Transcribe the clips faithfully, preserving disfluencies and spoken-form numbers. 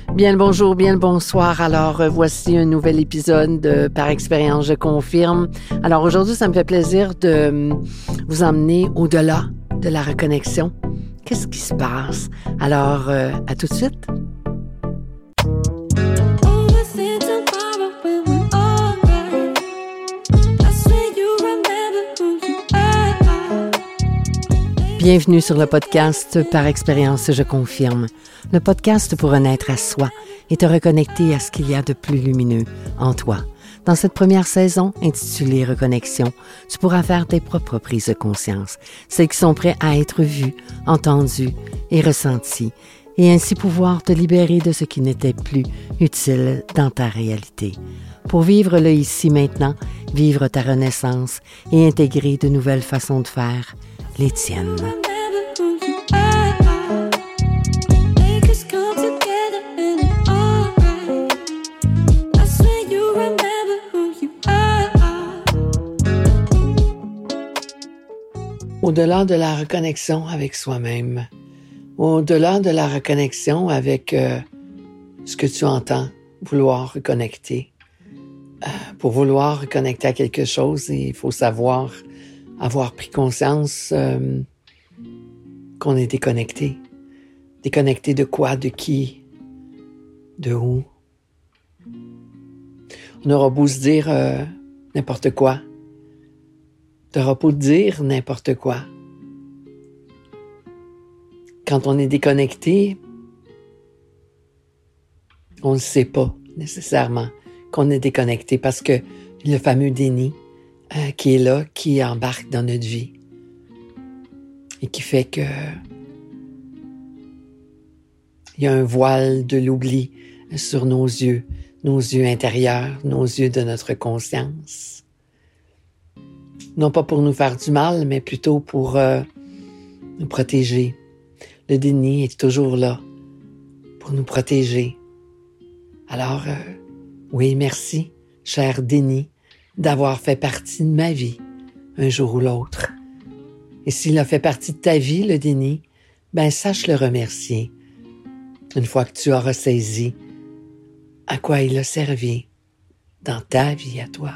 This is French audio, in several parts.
Bien le bonjour, bien le bonsoir. Alors, euh, voici un nouvel épisode de Par expérience, je confirme. Alors, aujourd'hui, ça me fait plaisir de euh, vous emmener au-delà de la reconnexion. Qu'est-ce qui se passe? Alors, euh, à tout de suite. Bienvenue sur le podcast Par expérience, je confirme. Le podcast pour renaître à soi et te reconnecter à ce qu'il y a de plus lumineux en toi. Dans cette première saison, intitulée Reconnexion, tu pourras faire tes propres prises de conscience, celles qui sont prêtes à être vues, entendues et ressenties, et ainsi pouvoir te libérer de ce qui n'était plus utile dans ta réalité. Pour vivre le ici maintenant, vivre ta renaissance et intégrer de nouvelles façons de faire, les tiennes. Au-delà de la reconnexion avec soi-même, au-delà de la reconnexion avec euh, ce que tu entends, vouloir reconnecter. Euh, pour vouloir reconnecter à quelque chose, il faut savoir avoir pris conscience euh, qu'on est déconnecté. Déconnecté de quoi, de qui, de où. On aura beau se dire euh, n'importe quoi. On aura beau dire n'importe quoi. Quand on est déconnecté, on ne sait pas nécessairement qu'on est déconnecté parce que le fameux déni euh, qui est là, qui embarque dans notre vie et qui fait que il y a un voile de l'oubli sur nos yeux, nos yeux intérieurs, nos yeux de notre conscience. Non pas pour nous faire du mal, mais plutôt pour euh, nous protéger. Le déni est toujours là pour nous protéger. Alors, euh, oui, merci, cher déni, d'avoir fait partie de ma vie un jour ou l'autre. Et s'il a fait partie de ta vie, le déni, ben sache le remercier. Une fois que tu auras saisi à quoi il a servi dans ta vie à toi.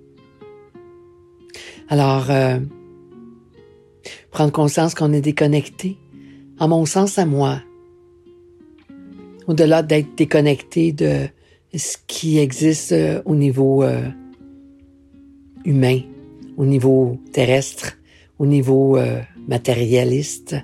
Alors, euh, prendre conscience qu'on est déconnecté, en mon sens à moi, au-delà d'être déconnecté de ce qui existe euh, au niveau euh, humain, au niveau terrestre, au niveau euh, matérialiste,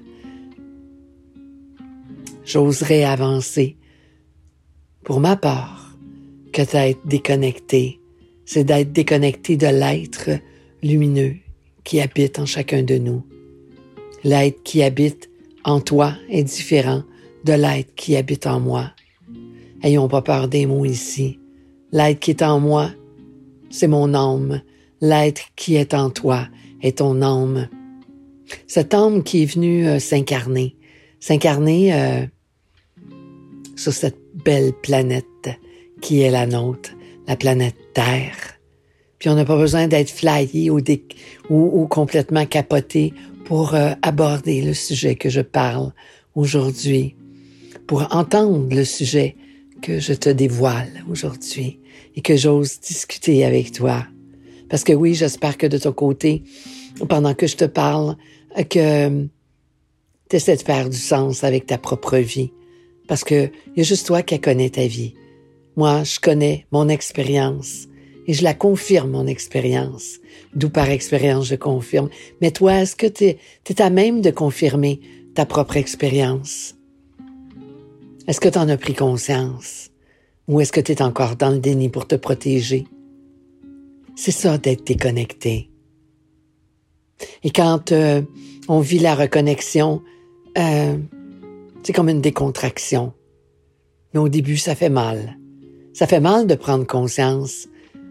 j'oserais avancer. Pour ma part, que d'être déconnecté, c'est d'être déconnecté de l'être lumineux qui habite en chacun de nous. L'être qui habite en toi est différent de l'être qui habite en moi. Ayons pas peur des mots ici. L'être qui est en moi, c'est mon âme. L'être qui est en toi est ton âme. Cette âme qui est venue euh, s'incarner, s'incarner euh, sur cette belle planète qui est la nôtre, la planète Terre. Puis on n'a pas besoin d'être flyé ou, dé- ou, ou complètement capoté pour euh, aborder le sujet que je parle aujourd'hui, pour entendre le sujet que je te dévoile aujourd'hui et que j'ose discuter avec toi. Parce que oui, j'espère que de ton côté, pendant que je te parle, que tu essaies de faire du sens avec ta propre vie. Parce que il y a juste toi qui connais ta vie. Moi, je connais mon expérience et je la confirme, mon expérience. D'où par expérience, je confirme. Mais toi, est-ce que tu es à même de confirmer ta propre expérience? Est-ce que tu en as pris conscience? Ou est-ce que tu es encore dans le déni pour te protéger? C'est ça d'être déconnecté. Et quand euh, on vit la reconnexion, euh, c'est comme une décontraction. Mais au début, ça fait mal. Ça fait mal de prendre conscience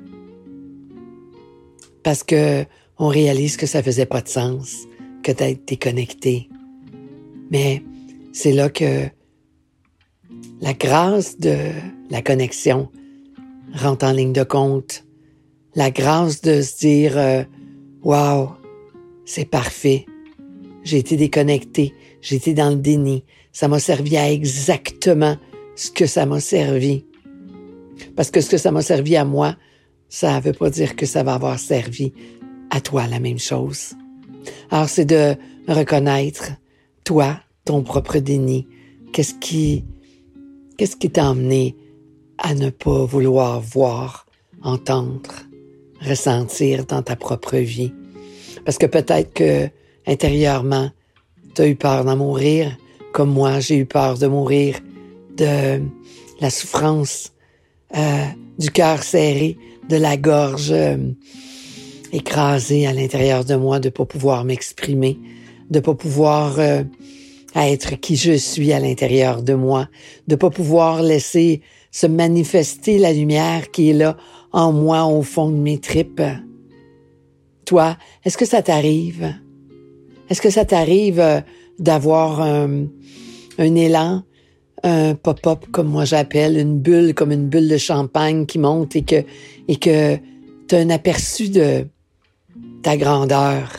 parce que on réalise que ça faisait pas de sens, que d'être déconnecté. Mais c'est là que la grâce de la connexion rentre en ligne de compte. La grâce de se dire euh, « Wow, c'est parfait. J'ai été déconnecté, j'ai été dans le déni. Ça m'a servi à exactement ce que ça m'a servi. Parce que ce que ça m'a servi à moi, ça ne veut pas dire que ça va avoir servi à toi la même chose. Alors, c'est de reconnaître, toi, ton propre déni. Qu'est-ce qui, qu'est-ce qui t'a emmené à ne pas vouloir voir, entendre, ressentir dans ta propre vie? Parce que peut-être que, intérieurement, tu as eu peur d'en mourir, comme moi, j'ai eu peur de mourir, de la souffrance, euh, du cœur serré, de la gorge euh, écrasée à l'intérieur de moi, de ne pas pouvoir m'exprimer, de ne pas pouvoir euh, être qui je suis à l'intérieur de moi, de ne pas pouvoir laisser se manifester la lumière qui est là en moi, au fond de mes tripes. Toi, est-ce que ça t'arrive? Est-ce que ça t'arrive euh, d'avoir un, un élan, un pop-up, comme moi j'appelle, une bulle, comme une bulle de champagne qui monte et que et que tu as un aperçu de ta grandeur,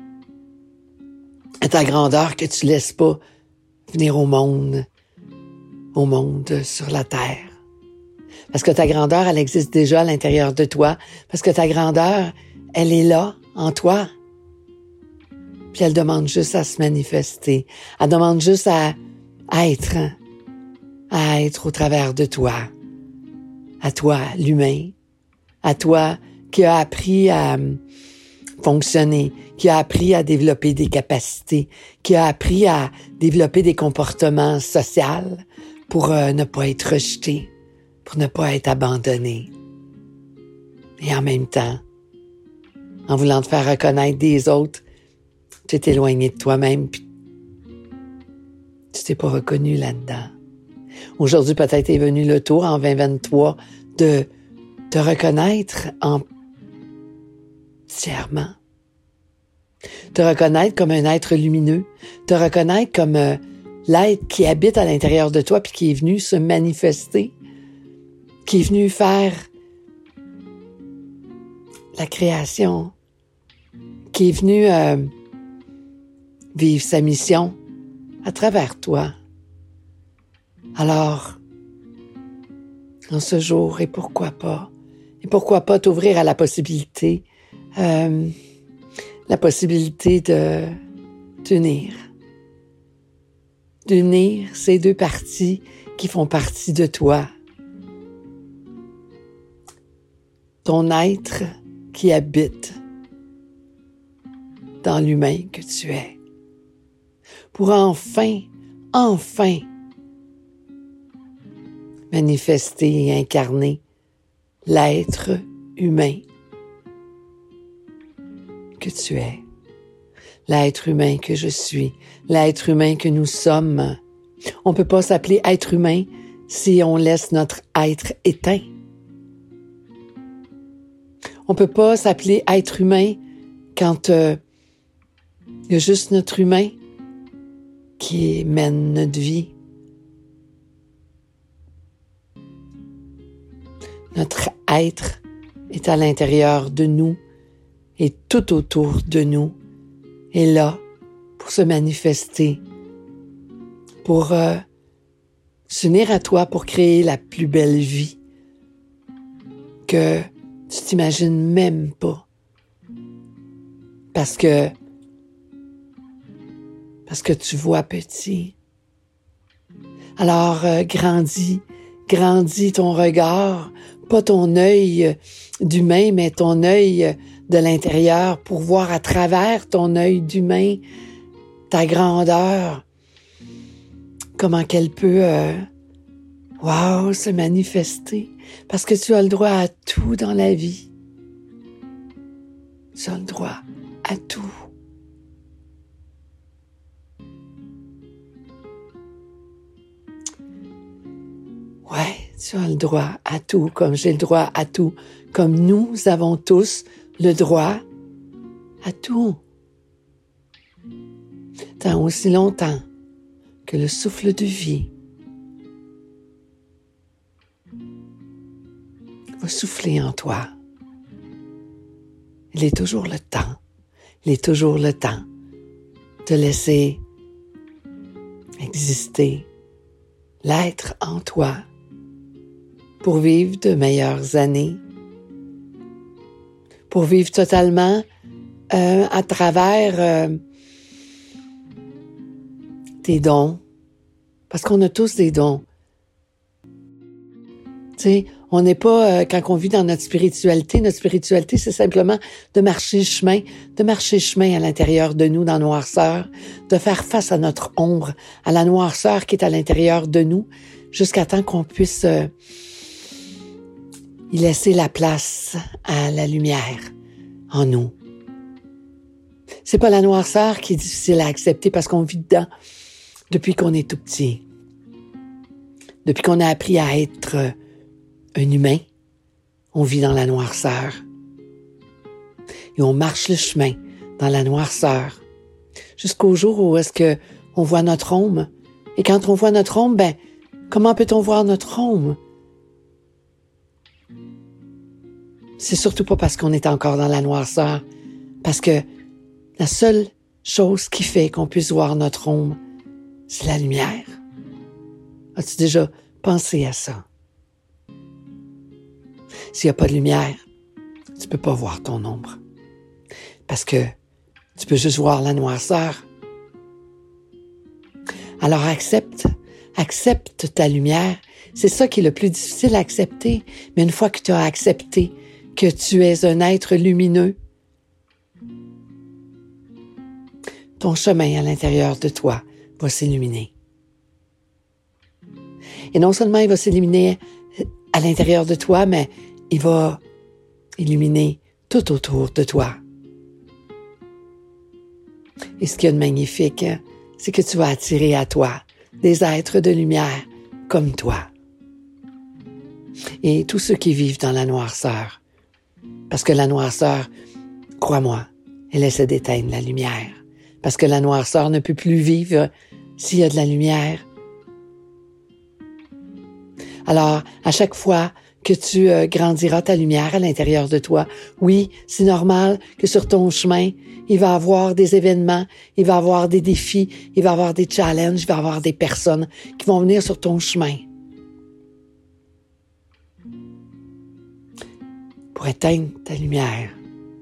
ta grandeur que tu laisses pas venir au monde, au monde sur la terre. Parce que ta grandeur, elle existe déjà à l'intérieur de toi, parce que ta grandeur, elle est là, en toi. Puis elle demande juste à se manifester. Elle demande juste à, à être, à être au travers de toi. À toi, l'humain. À toi qui a appris à fonctionner, qui a appris à développer des capacités, qui a appris à développer des comportements sociaux pour euh, ne pas être rejeté, pour ne pas être abandonné. Et en même temps, en voulant te faire reconnaître des autres, tu t'es éloigné de toi-même, puis tu t'es pas reconnu là-dedans. Aujourd'hui, peut-être est venu le tour, en vingt vingt-trois, de te reconnaître entièrement. Te reconnaître comme un être lumineux, te reconnaître comme euh, l'être qui habite à l'intérieur de toi puis qui est venu se manifester, qui est venu faire la création, qui est venu euh, vivre sa mission à travers toi. Alors, en ce jour, et pourquoi pas, et pourquoi pas t'ouvrir à la possibilité, euh, la possibilité de d'unir, d'unir ces deux parties qui font partie de toi. Ton être qui habite dans l'humain que tu es. Pour enfin, enfin, manifester et incarner l'être humain que tu es, l'être humain que je suis, l'être humain que nous sommes. On ne peut pas s'appeler être humain si on laisse notre être éteint. On ne peut pas s'appeler être humain quand euh, il y a juste notre humain qui mène notre vie. Notre être est à l'intérieur de nous et tout autour de nous est là pour se manifester, pour euh, s'unir à toi pour créer la plus belle vie que tu t'imagines même pas. Parce que parce que tu vois petit. Alors euh, grandis, grandis ton regard, pas ton œil d'humain, mais ton œil de l'intérieur pour voir à travers ton œil d'humain ta grandeur, comment qu'elle peut euh, wow, se manifester. Parce que tu as le droit à tout dans la vie. Tu as le droit à tout. Ouais, tu as le droit à tout, comme j'ai le droit à tout, comme nous avons tous le droit à tout. Tant aussi longtemps que le souffle de vie va souffler en toi. Il est toujours le temps, il est toujours le temps de laisser exister l'être en toi pour vivre de meilleures années, pour vivre totalement euh, à travers euh, tes dons, parce qu'on a tous des dons. Tu sais, on n'est pas, euh, quand on vit dans notre spiritualité, notre spiritualité, c'est simplement de marcher le chemin, de marcher le chemin à l'intérieur de nous, dans la noirceur, de faire face à notre ombre, à la noirceur qui est à l'intérieur de nous, jusqu'à temps qu'on puisse euh, y laisser la place à la lumière en nous. C'est pas la noirceur qui est difficile à accepter parce qu'on vit dedans depuis qu'on est tout petit. Depuis qu'on a appris à être euh, un humain, on vit dans la noirceur. Et on marche le chemin dans la noirceur jusqu'au jour où est-ce que on voit notre ombre. Et quand on voit notre ombre, ben, comment peut-on voir notre ombre? C'est surtout pas parce qu'on est encore dans la noirceur, parce que la seule chose qui fait qu'on puisse voir notre ombre, c'est la lumière. As-tu déjà pensé à ça? S'il n'y a pas de lumière, tu peux pas voir ton ombre. Parce que tu peux juste voir la noirceur. Alors accepte, accepte ta lumière. C'est ça qui est le plus difficile à accepter. Mais une fois que tu as accepté que tu es un être lumineux, ton chemin à l'intérieur de toi va s'illuminer. Et non seulement il va s'illuminer à l'intérieur de toi, mais il va illuminer tout autour de toi. Et ce qu'il y a de magnifique, c'est que tu vas attirer à toi des êtres de lumière comme toi. Et tous ceux qui vivent dans la noirceur, parce que la noirceur, crois-moi, elle essaie d'éteindre la lumière. Parce que la noirceur ne peut plus vivre s'il y a de la lumière. Alors, à chaque fois que tu euh, grandiras ta lumière à l'intérieur de toi, oui, c'est normal que sur ton chemin, il va y avoir des événements, il va y avoir des défis, il va y avoir des challenges, il va y avoir des personnes qui vont venir sur ton chemin pour éteindre ta lumière.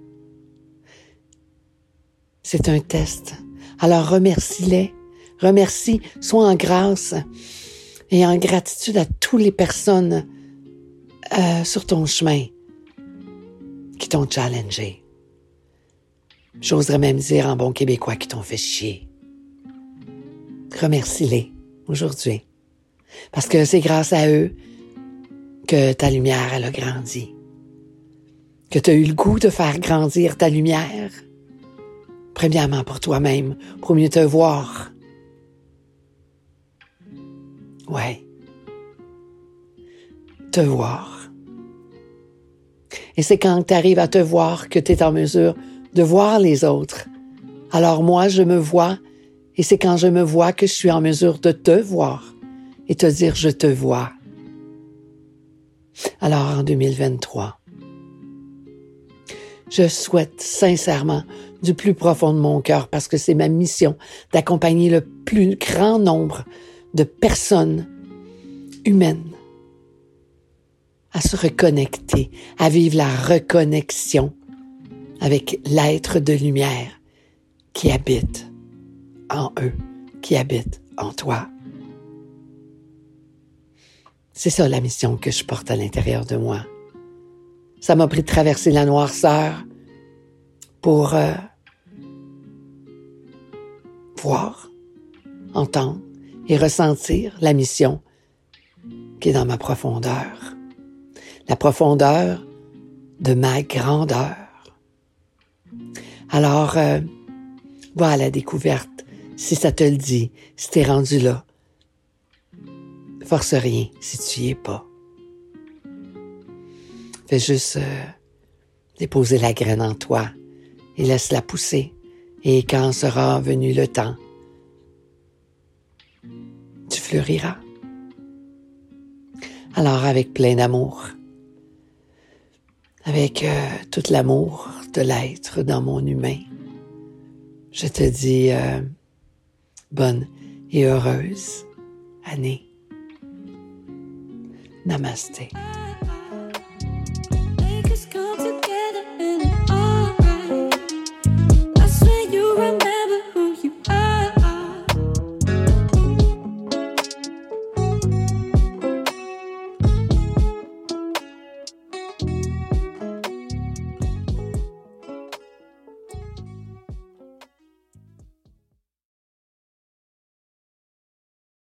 C'est un test. Alors remercie-les, remercie, sois en grâce et en gratitude à toutes les personnes euh, sur ton chemin qui t'ont challengé. J'oserais même dire en bon québécois qui t'ont fait chier. Remercie-les aujourd'hui. Parce que c'est grâce à eux que ta lumière, elle a grandi. Que tu as eu le goût de faire grandir ta lumière. Premièrement pour toi-même, pour mieux te voir. Ouais. Te voir. Et c'est quand tu arrives à te voir que tu es en mesure de voir les autres. Alors moi, je me vois, et c'est quand je me vois que je suis en mesure de te voir et te dire « je te vois ». Alors en deux mille vingt-trois, je souhaite sincèrement du plus profond de mon cœur, parce que c'est ma mission d'accompagner le plus grand nombre de personnes humaines à se reconnecter, à vivre la reconnexion avec l'être de lumière qui habite en eux, qui habite en toi. C'est ça la mission que je porte à l'intérieur de moi. Ça m'a pris de traverser la noirceur pour euh, voir, entendre et ressentir la mission qui est dans ma profondeur. La profondeur de ma grandeur. Alors, euh, va à la découverte, si ça te le dit, si t'es rendu là. Force rien si tu y es pas. Fais juste euh, déposer la graine en toi et laisse-la pousser. Et quand sera venu le temps, tu fleuriras. Alors, avec plein d'amour, avec euh, tout l'amour de l'être dans mon humain, je te dis euh, bonne et heureuse année Namasté.